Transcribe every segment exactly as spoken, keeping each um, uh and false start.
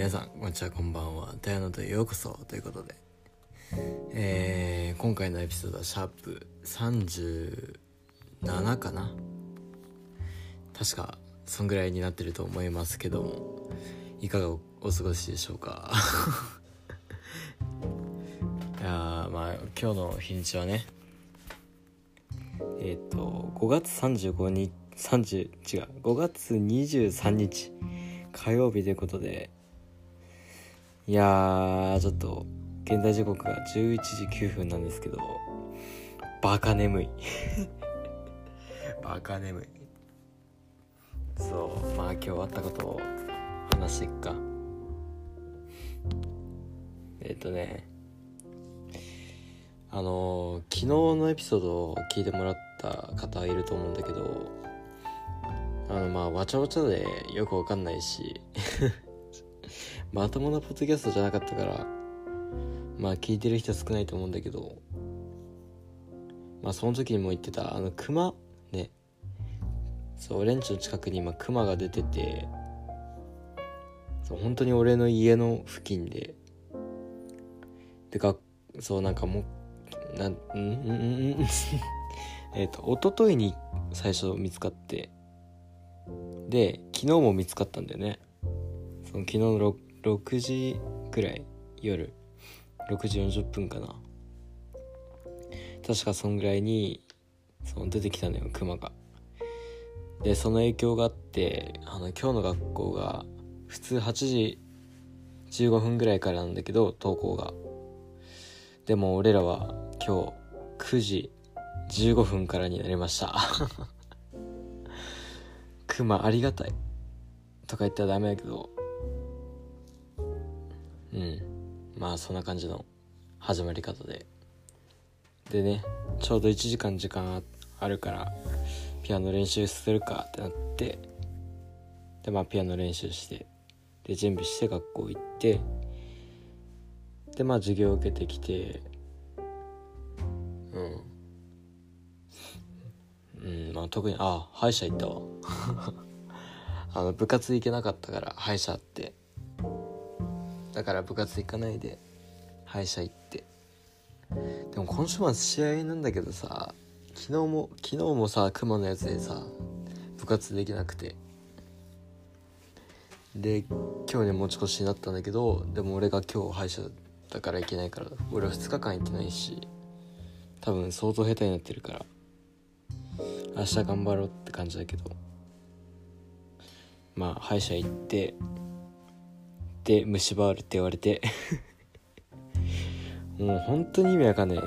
皆さんこんにちは、こんばんは。ダイヤノとようこそということで、えー、今回のエピソードはシャープさんじゅうななかな、確かそんぐらいになってると思いますけども、いかが お, お過ごしでしょうか。いやまあ今日の日にちはね、えっ、ー、とごがつさんじゅうごにち30違うごがつにじゅうさんにち火曜日ということで、いやーちょっと現在時刻がじゅういちじきゅうふんなんですけど、バカ眠いバカ眠い。そうまあ今日あったことを話していくか。えっとねあのー、昨日のエピソードを聞いてもらった方いると思うんだけど、あのまあわちゃわちゃでよくわかんないしまともなポッドキャストじゃなかったからまあ聞いてる人少ないと思うんだけど、まあその時にも言ってたあのクマね、そう俺んちの近くに今クマが出てて、そう本当に俺の家の付近ででかそうなんかもうなんうんうんうんえっと一昨日に最初見つかって、で昨日も見つかったんだよね。その昨日の 6, ろくじくらい、夜ろくじよんじゅっぷんかな、確かそんぐらいにその出てきたのよ、クマが。でその影響があって、あの今日の学校が普通はちじじゅうごふんぐらいからなんだけど登校が、でも俺らは今日くじじゅうごふんからになりましたクマありがたいとか言ったらダメだけど、うんまあそんな感じの始まり方で、でねちょうどいちじかん時間あるからピアノ練習するかってなって、でまあピアノ練習して、で準備して学校行って、でまあ授業受けてきて、うんうんまあ特にあ歯医者行ったわあの部活行けなかったから歯医者あって、だから部活行かないで歯医者行って、でも今週末試合なんだけどさ、昨日も昨日もさ熊のやつでさ部活できなくて、で今日ね持ち越しになったんだけど、でも俺が今日歯医者だから行けないから、俺はふつかかん行ってないし多分相当下手になってるから明日頑張ろうって感じだけど、まあ歯医者行ってで虫歯あるって言われてもう本当に意味わかんないね。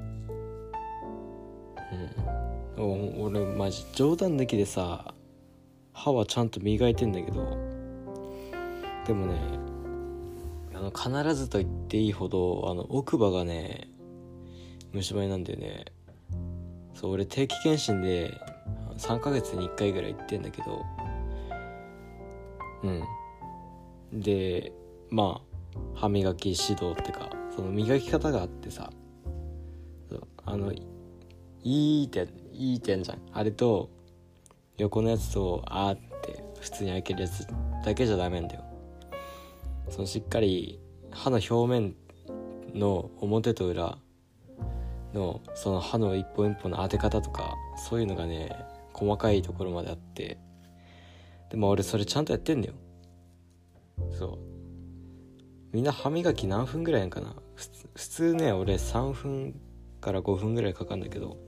うん俺マジ冗談抜きでさ歯はちゃんと磨いてんだけど、でもねあの必ずと言っていいほどあの奥歯がね虫歯になんだよね。そう俺定期検診でさんかげつにいっかいぐらい行ってんだけど、うんでまあ歯磨き指導ってかその磨き方があってさ、そうあのいい点いい点じゃんあれと横のやつとあーって普通に開けるやつだけじゃダメなんだよ。そのしっかり歯の表面の表と裏のその歯の一本一本の当て方とかそういうのがね細かいところまであって、でも俺それちゃんとやってんだよ。そうみんな歯磨き何分ぐらいなんかな、普通、普通ね俺さんぷんからごふんぐらいかかるんだけど、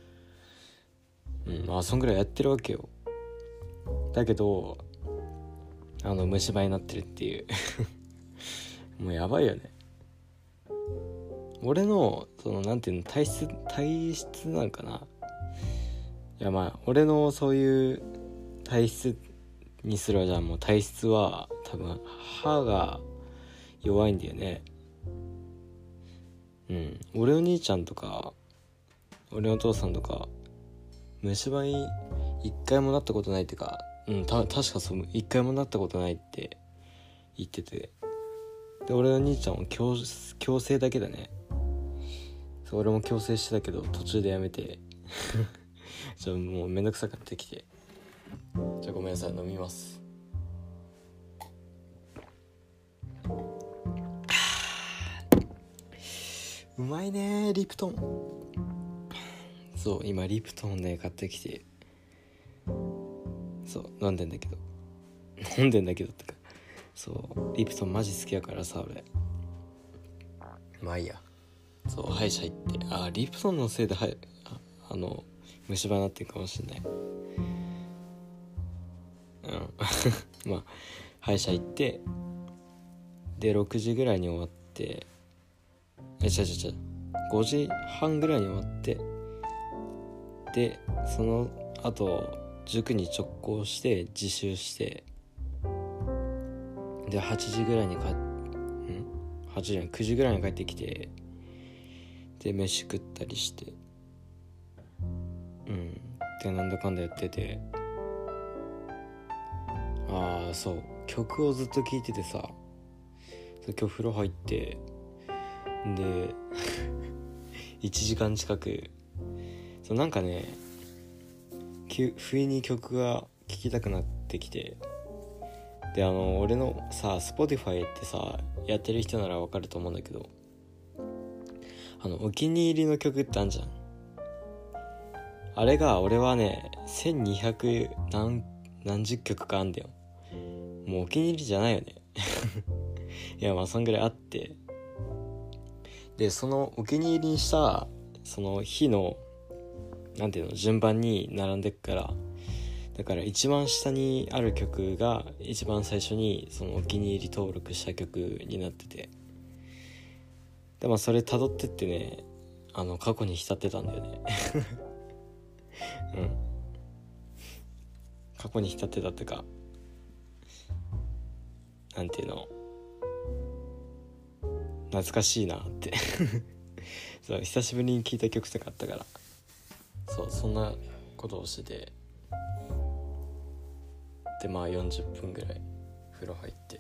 うんまあそんぐらいやってるわけよ。だけどあの虫歯になってるっていうもうやばいよね。俺のそのなんていうの体質体質なんかな、いやまあ俺のそういう体質にするじゃん、もう体質は多分歯が弱いんだよね。うん俺の兄ちゃんとか俺のお父さんとか虫歯に一回もなったことないってか、うんた確かそう一回もなったことないって言ってて、で俺の兄ちゃんは矯矯正だけだね。そう俺も矯正してたけど途中でやめてじゃあもうめんどくさくなってきて、じゃあごめんなさい飲みます。 うまいねリプトン。そう今リプトンね買ってきて、そう飲んでんだけど飲んでんだけどってかそうリプトンマジ好きやからさ俺。まあいいや。そう歯医者行って、あリプトンのせいではああの虫歯になってるかもしんない。うんまあ歯医者行ってでろくじぐらいに終わって、え違う違う違うごじはんぐらいに終わって、でその後塾に直行して自習して、ではちじぐらいに帰っんはちじじゃないくじぐらいに帰ってきて、で飯食ったりして、うんでなんだかんだやってて、ああそう曲をずっと聴いててさ、今日風呂入ってでいちじかん近く、そうなんかね不意に曲が聴きたくなってきて、であの俺のさ Spotify ってさやってる人ならわかると思うんだけど、あのお気に入りの曲ってあんじゃん。あれが俺はねせんにひゃく何何十曲かあんだよ。もうお気に入りじゃないよねいやまあそんぐらいあって、でそのお気に入りにしたその日のなんていうの順番に並んでっから、だから一番下にある曲が一番最初にそのお気に入り登録した曲になってて、でもそれ辿ってってね、あの過去に浸ってたんだよねうん過去に浸ってたってか、なんていうの懐かしいなってそう久しぶりに聴いた曲とかあったから、そうそんなことをしてて、でまあよんじゅっぷんぐらい風呂入って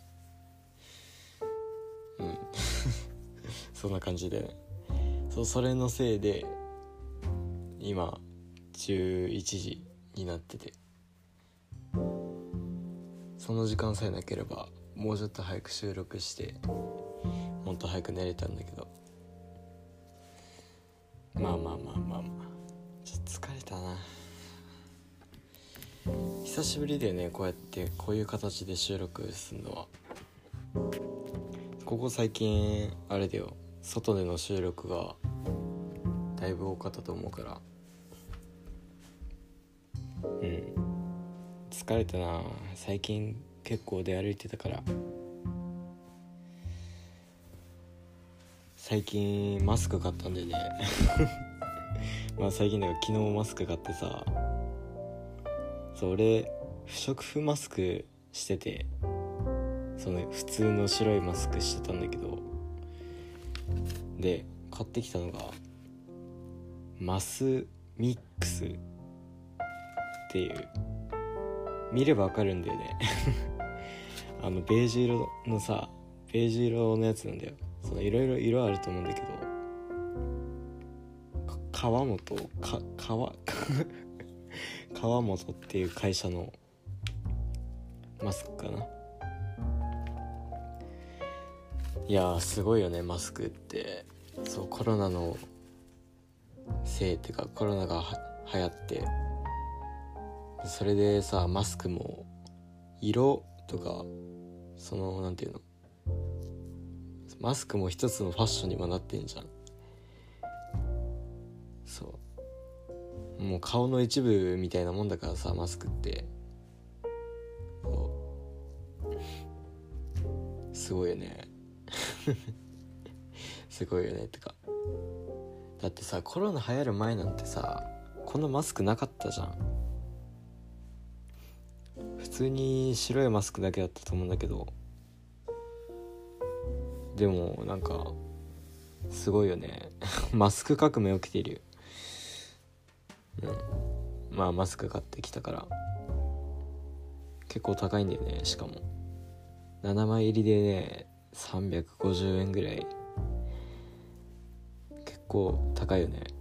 うんそんな感じで、ね、そうそれのせいで今じゅういちじになってて、その時間さえなければもうちょっと早く収録してもっと早く寝れたんだけど、まあまあまあまあまあちょっと疲れたな。久しぶりでねこうやってこういう形で収録するのは。ここ最近あれだよ、外での収録がだいぶ多かったと思うから、うん疲れたな。最近結構出歩いてたから。最近マスク買ったんでねまあ最近だから昨日マスク買ってさ、そう俺不織布マスクしてて、その普通の白いマスクしてたんだけど、で買ってきたのがマスミックスっていう、見ればわかるんだよねあのベージュ色のさベージュ色のやつなんだよ。そのいろいろ色あると思うんだけど、川本か川川本っていう会社のマスクかな。いやーすごいよねマスクって。そうコロナのせいっていうかコロナがは流行って、それでさマスクも色とかそのなんていうのマスクも一つのファッションにもなってんじゃん。そうもう顔の一部みたいなもんだからさマスクって。そうすごいよねすごいよねってか、だってさコロナ流行る前なんてさこんなマスクなかったじゃん。普通に白いマスクだけだったと思うんだけど、でもなんかすごいよねマスク革命起きてるよ。うんまあマスク買ってきたから結構高いんだよね。しかもななまい入りでねさんびゃくごじゅうえんぐらい、結構高いよね。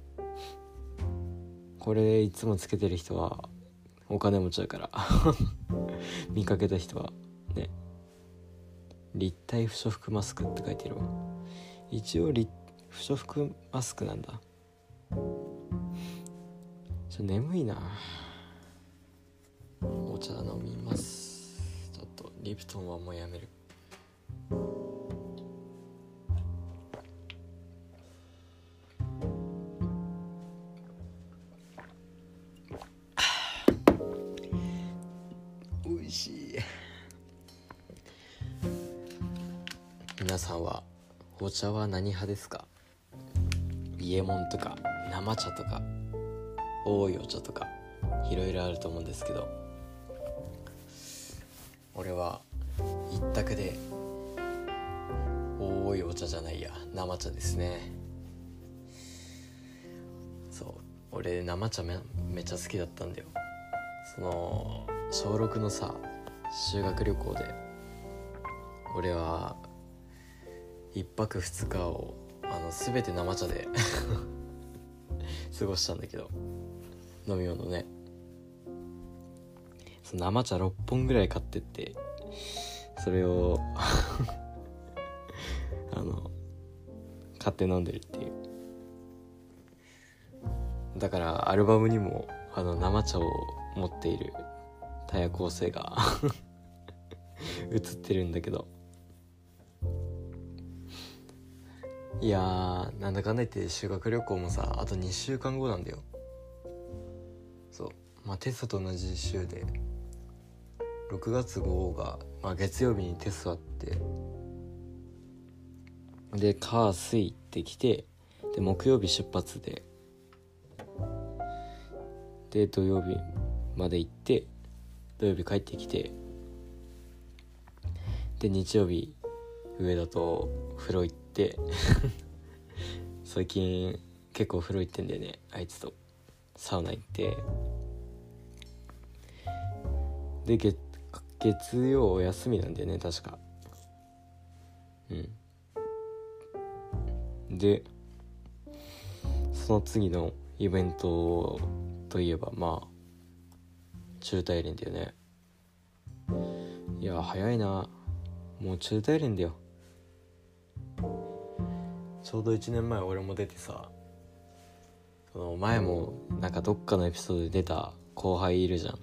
これいつもつけてる人はお金持ちだから見かけた人はね、立体不織布マスクって書いてるわ。一応立不織布マスクなんだ。ちょ眠いな。お茶飲みます。ちょっとリプトンはもうやめる。おいしい。皆さんはお茶は何派ですか？伊右衛門とか生茶とか多いお茶とかいろいろあると思うんですけど、俺は一択で多いお茶じゃないや生茶ですね。そう俺生茶 め, めっちゃ好きだったんだよ。その小ろくのさ修学旅行で俺は一泊二日をあの全て生茶で過ごしたんだけど、飲み物ね、その生茶ろっぽんぐらい買ってって、それをあの買って飲んでるっていう。だからアルバムにもあの生茶を持っている田谷康生が映ってるんだけど、いやーなんだかんだ言って修学旅行もさあとにしゅうかんごなんだよ。そうまあテストと同じ週でろくがつごが、まあ、月曜日にテストあって、で火水ってきて、で木曜日出発でで土曜日まで行って土曜日帰ってきて、で日曜日上田と風呂行って最近結構風呂行ってんだよねあいつと。サウナ行ってで 月, 月曜お休みなんだよね確か。うんでその次のイベントといえばまあ中大連だよね。いや早いな、もう中大連だよ。ちょうどいちねんまえ俺も出てさ、その前もなんかどっかのエピソードで出た後輩いるじゃん。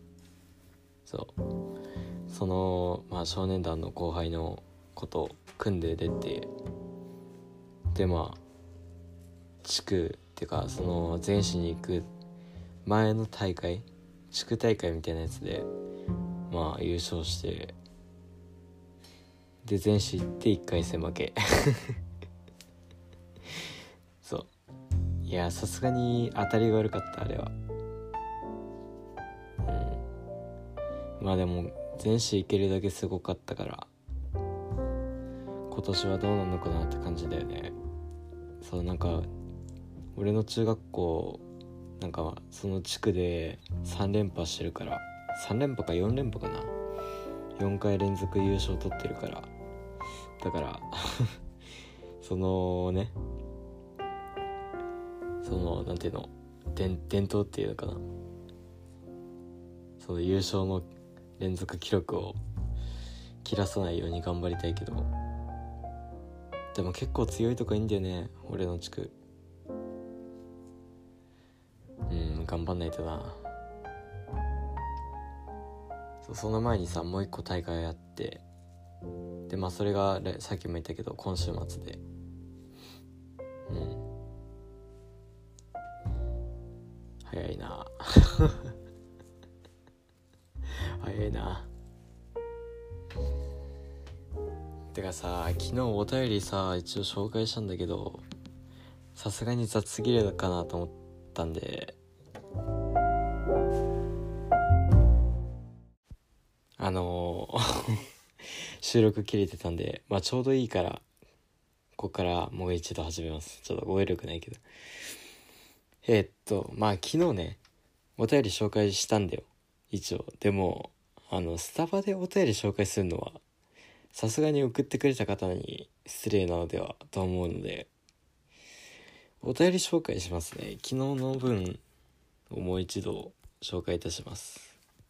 そうそのまあ少年団の後輩のことを組んで出て、でまあ地区っていうかその前市に行く前の大会地区大会みたいなやつでまあ優勝して、で前市行っていっかい戦負けそういやさすがに当たりが悪かったあれは。うんまあでも前市行けるだけすごかったから今年はどうなるのかなって感じだよね。そうなんか俺の中学校なんかその地区でさん連覇してるから、さん連覇かよん連覇かな、よんかい連続優勝取ってるから、だからそのねそのなんていうの 伝, 伝統っていうのかな、その優勝の連続記録を切らさないように頑張りたいけど、でも結構強いとこいいんだよね俺の地区。うん頑張んないとな。そ, その前にさもう一個大会やって、でまあそれがさっきも言ったけど今週末で、うん早いな早いな。てかさ昨日お便りさ一応紹介したんだけど、さすがに雑すぎるかなと思ったんであのー、収録切れてたんで、まあちょうどいいからここからもう一度始めます。ちょっと語彙力ないけど、えー、っとまあ昨日ねお便り紹介したんだよ一応。でもあのスタバでお便り紹介するのはさすがに送ってくれた方に失礼なのではと思うので、お便り紹介しますね。昨日の分をもう一度紹介いたします。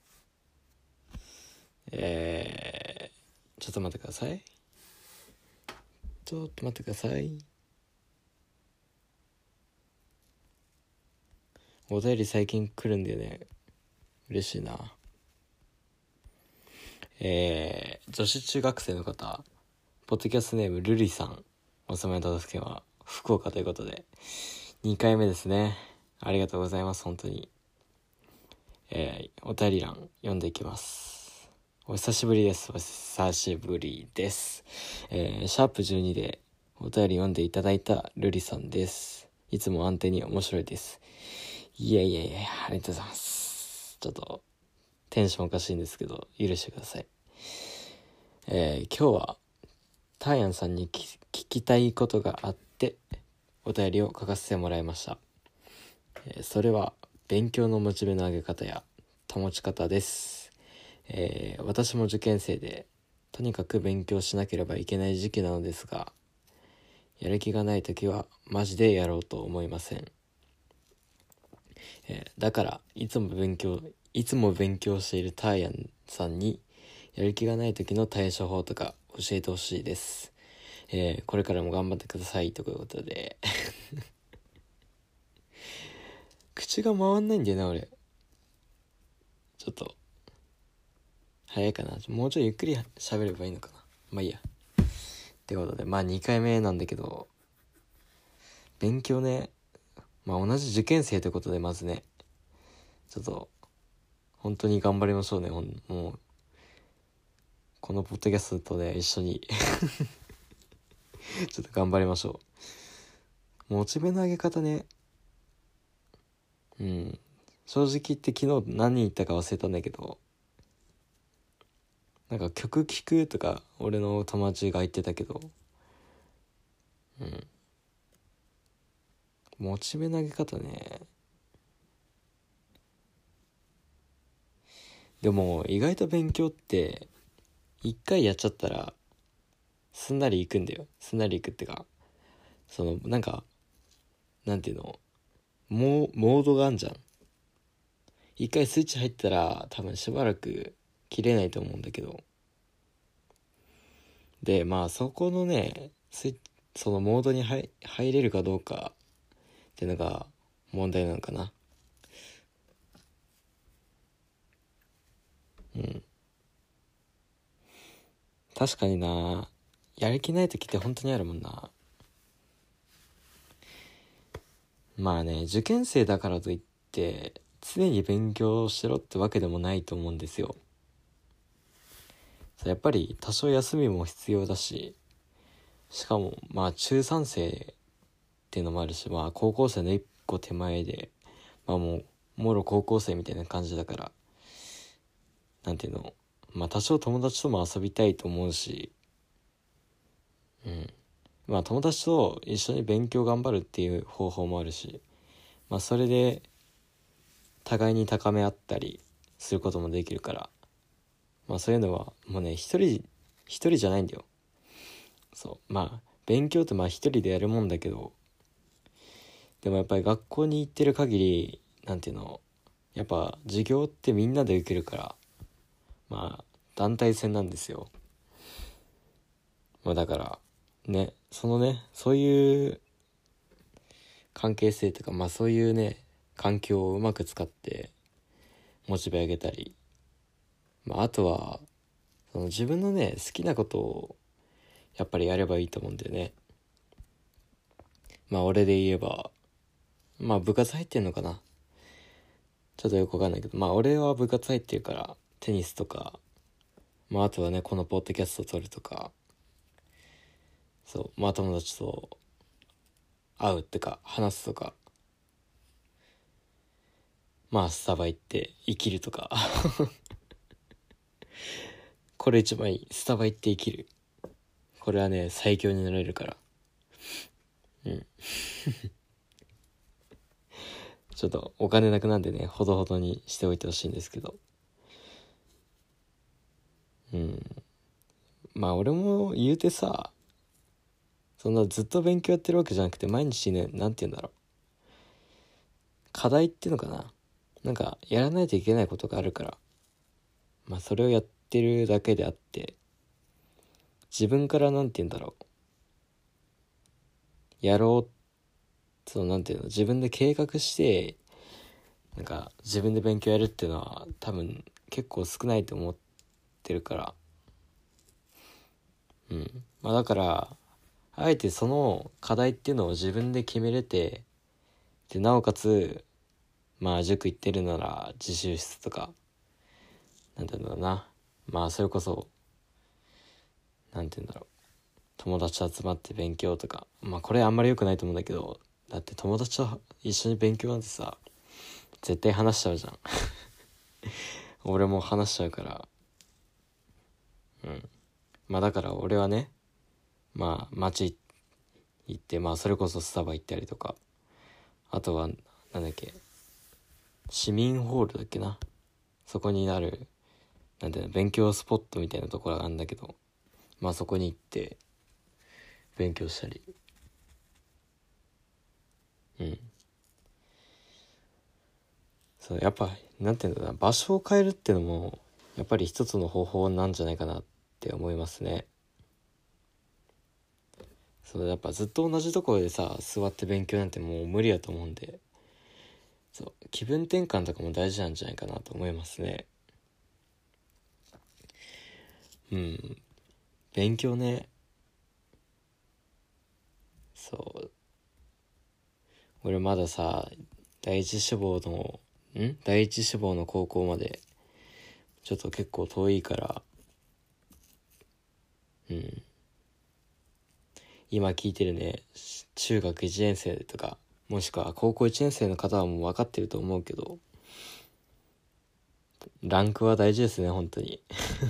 えー、ちょっと待ってくださいちょっと待ってくださいお便り最近来るんだよね。嬉しいな。えー、女子中学生の方、ポッドキャストネームルリさん、お住まいの都道府県は福岡ということでにかいめですね。ありがとうございます。本当に。えー、お便り欄読んでいきます。お久しぶりです。お久しぶりです。えー、シャープじゅうにでお便り読んでいただいたルリさんです。いつも安定に面白いです。いやいやいや、ありがとうございます。ちょっとテンションおかしいんですけど許してください。えー、今日はターヤンさんに聞きたいことがあってお便りを書かせてもらいました。えー、それは勉強のモチベの上げ方や保ち方です。えー、私も受験生でとにかく勉強しなければいけない時期なのですが、やる気がない時はマジでやろうと思いません。えー、だからいつも勉強いつも勉強しているターヤンさんにやる気がない時の対処法とか教えてほしいです。えー、これからも頑張ってくださいということで口が回んないんだよな俺。ちょっと早いかな。もうちょいゆっくり喋ればいいのかな。まあいいや。ってことでまあにかいめなんだけど、勉強ね、まあ同じ受験生ということでまずねちょっと本当に頑張りましょうね。ほんもうこのポッドキャストとね一緒にちょっと頑張りましょう。モチベの上げ方ね、うん正直言って昨日何言ったか忘れたんだけど、なんか曲聴くとか俺の友達が言ってたけど、うんモチベの上げ方ね。でも意外と勉強って一回やっちゃったらすんなりいくんだよ。すんなりいくってか、そのなんかなんていうの、モモードがあんじゃん。一回スイッチ入ったら多分しばらく切れないと思うんだけど、でまあそこのねスイッそのモードに入入れるかどうかっていうのが問題なのかな。うん確かにな、やる気ない時って本当にあるもんな。まあね受験生だからといって常に勉強しろってわけでもないと思うんですよ。やっぱり多少休みも必要だし、しかもまあ中さん生っていうのもあるし、まあ高校生の一個手前で、まあもうもろ高校生みたいな感じだから、なんていうの、まあ多少友達とも遊びたいと思うし、うんまあ友達と一緒に勉強頑張るっていう方法もあるし、まあそれで互いに高め合ったりすることもできるから、まあそういうのはもうね一人一人じゃないんだよ。そうまあ勉強ってまあ一人でやるもんだけど、でもやっぱり学校に行ってる限りなんていうの、やっぱ授業ってみんなで受けるから、まあ団体戦なんですよ。まあだからね、そのねそういう関係性とか、まあそういうね環境をうまく使ってモチベ上げたり、まああとはその自分のね好きなことをやっぱりやればいいと思うんだよね。まあ俺で言えばまあ部活入ってんのかな、ちょっとよくわかんないけど、まあ俺は部活入ってるからテニスとか、まああとはねこのポッドキャスト撮るとか、そうまあ友達と会うってか話すとか、まあスタバ行って生きるとかこれ一番いい。スタバ行って生きる、これはね最強になれるから。うんちょっとお金なくなんでねほどほどにしておいてほしいんですけど、うんまあ俺も言うてさ、そんなずっと勉強やってるわけじゃなくて毎日ね、なんて言うんだろう、課題っていうのかな、なんかやらないといけないことがあるから、まあそれをやってるだけであって、自分からなんて言うんだろう、やろう、そのなんていうの、自分で計画してなんか自分で勉強やるっていうのは多分結構少ないと思ってるから、うんまあだからあえてその課題っていうのを自分で決めれて、でなおかつまあ塾行ってるなら自習室とか、なんていうんだろうな、まあそれこそなんていうんだろう、友達集まって勉強とか、まあこれあんまり良くないと思うんだけど、だって友達と一緒に勉強なんてさ絶対話しちゃうじゃん俺も話しちゃうから、うんまあだから俺はね、まあ街行って、まあそれこそスタバ行ったりとか、あとはなんだっけ、市民ホールだっけな、そこになるなんていうの、勉強スポットみたいなところがあるんだけど、まあそこに行って勉強したり、うんそうやっぱなんていうんだろうな、場所を変えるっていうのもやっぱり一つの方法なんじゃないかなって思いますね。そうやっぱずっと同じところでさ座って勉強なんてもう無理やと思うんで、そう気分転換とかも大事なんじゃないかなと思いますね。うん勉強ね、そう俺まださ第一志望のん第一志望の高校までちょっと結構遠いから、うん今聞いてるね中学いちねん生とかもしくは高校いちねん生の方はもう分かってると思うけど、ランクは大事ですね本当に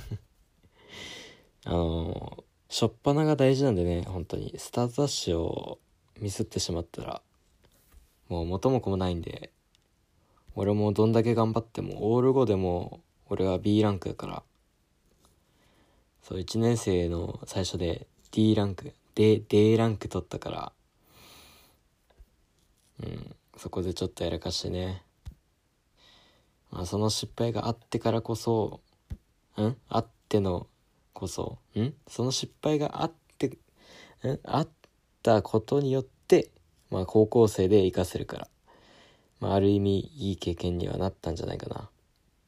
あの初っ端が大事なんでね、本当にスタートダッシュをミスってしまったらもう元も子もないんで、俺もどんだけ頑張ってもオールごでも俺は B ランクだから、そういちねん生の最初で D ランクで D ランク取ったから、うんそこでちょっとやらかしてね、まあその失敗があってからこそんあってのこそんその失敗があってんあったことによってまあ高校生で活かせるから、まあある意味いい経験にはなったんじゃないかな。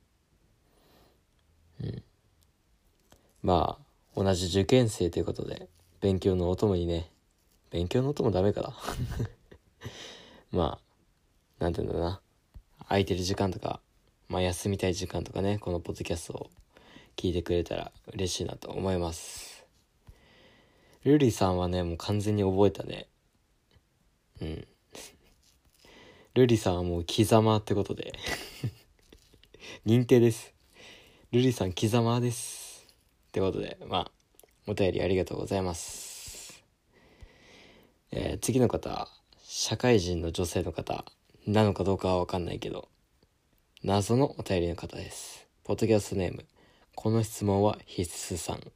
うんまあ同じ受験生ということで勉強のお供にね、勉強のお供ダメかなまあなんていうんだろうな、空いてる時間とかまあ休みたい時間とかね、このポッドキャストを聞いてくれたら嬉しいなと思います。ルリさんはねもう完全に覚えたね。うんルリさんはもう貴様ってことで認定です。ルリさん貴様ですってことで、まあお便りありがとうございます。えー、次の方、社会人の女性の方なのかどうかは分かんないけど謎のお便りの方です。ポッドキャストネーム、この質問は必須さん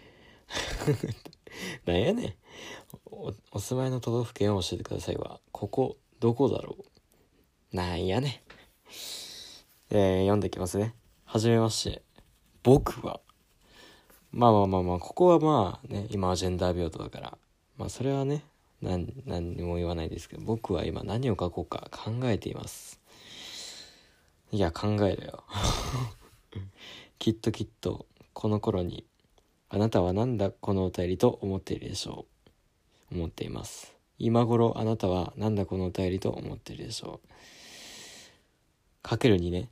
なんやねん。 お, お住まいの都道府県を教えてくださいはここどこだろう、なんやねん。えー、読んできますね。はじめまして、僕はまあまあまあまあここはまあね今はジェンダー平等だからまあそれはね何何にも言わないですけど、僕は今何を書こうか考えています。いや考えるよきっときっとこの頃にあなたはなんだこのお便りと思っているでしょう。思っています。今頃あなたはなんだこのお便りと思っているでしょう。かけるにね。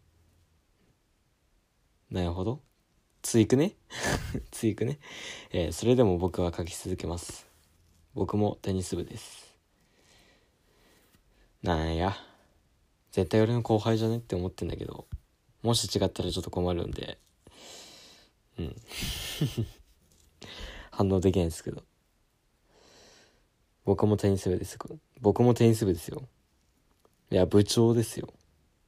なるほど。ついくねついくね、えー、それでも僕は書き続けます。僕もテニス部です。なんや絶対俺の後輩じゃねって思ってんだけど、もし違ったらちょっと困るんでうん反応できないですけど、僕もテニス部ですよ。僕もテニス部ですよ。いや部長ですよ。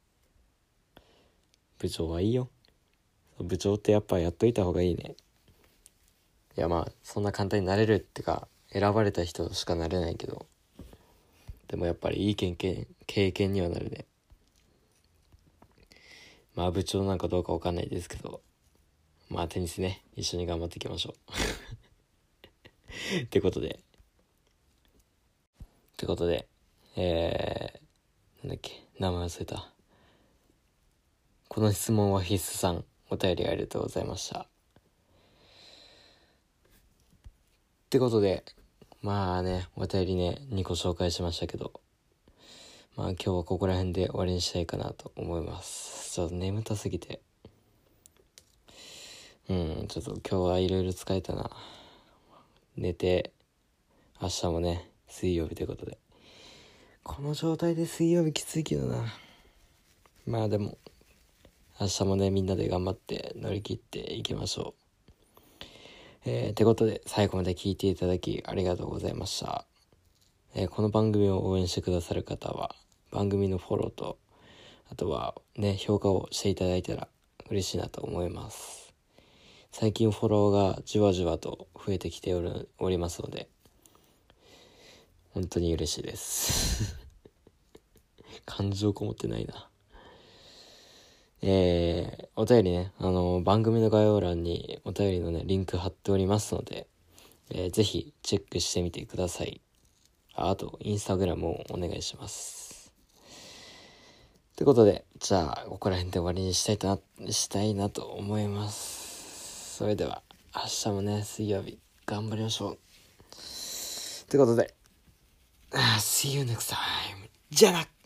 部長はいいよ。部長ってやっぱやっといた方がいいね。いやまあそんな簡単になれるってか選ばれた人しかなれないけど、でもやっぱりいい経験経験にはなるね。まあ部長なんかどうかわかんないですけど、まあテニスね一緒に頑張っていきましょうってことでってことでえー、なんだっけ名前忘れた。 この質問は必須さん、お便りありがとうございました。ってことで、まあね、お便りね、にこ紹介しましたけど、まあ今日はここら辺で終わりにしたいかなと思います。ちょっと眠たすぎて。うん、ちょっと今日はいろいろ疲れたな。寝て、明日もね、水曜日ということで。この状態で水曜日きついけどな。まあでも、明日もね、みんなで頑張って乗り切っていきましょう。えー、ってことで最後まで聞いていただきありがとうございました。えー、この番組を応援してくださる方は番組のフォローと、あとはね、評価をしていただいたら嬉しいなと思います。最近フォローがじわじわと増えてきておる、おりますので、本当に嬉しいです感情こもってないな。えー、お便りね、あの番組の概要欄にお便りのねリンク貼っておりますので、えー、ぜひチェックしてみてください。あ, あとインスタグラムをお願いします。ってことで、じゃあここら辺で終わりにしたいとなしたいなと思います。それでは明日もね、水曜日頑張りましょう。ってことで、See you next time. じゃあな。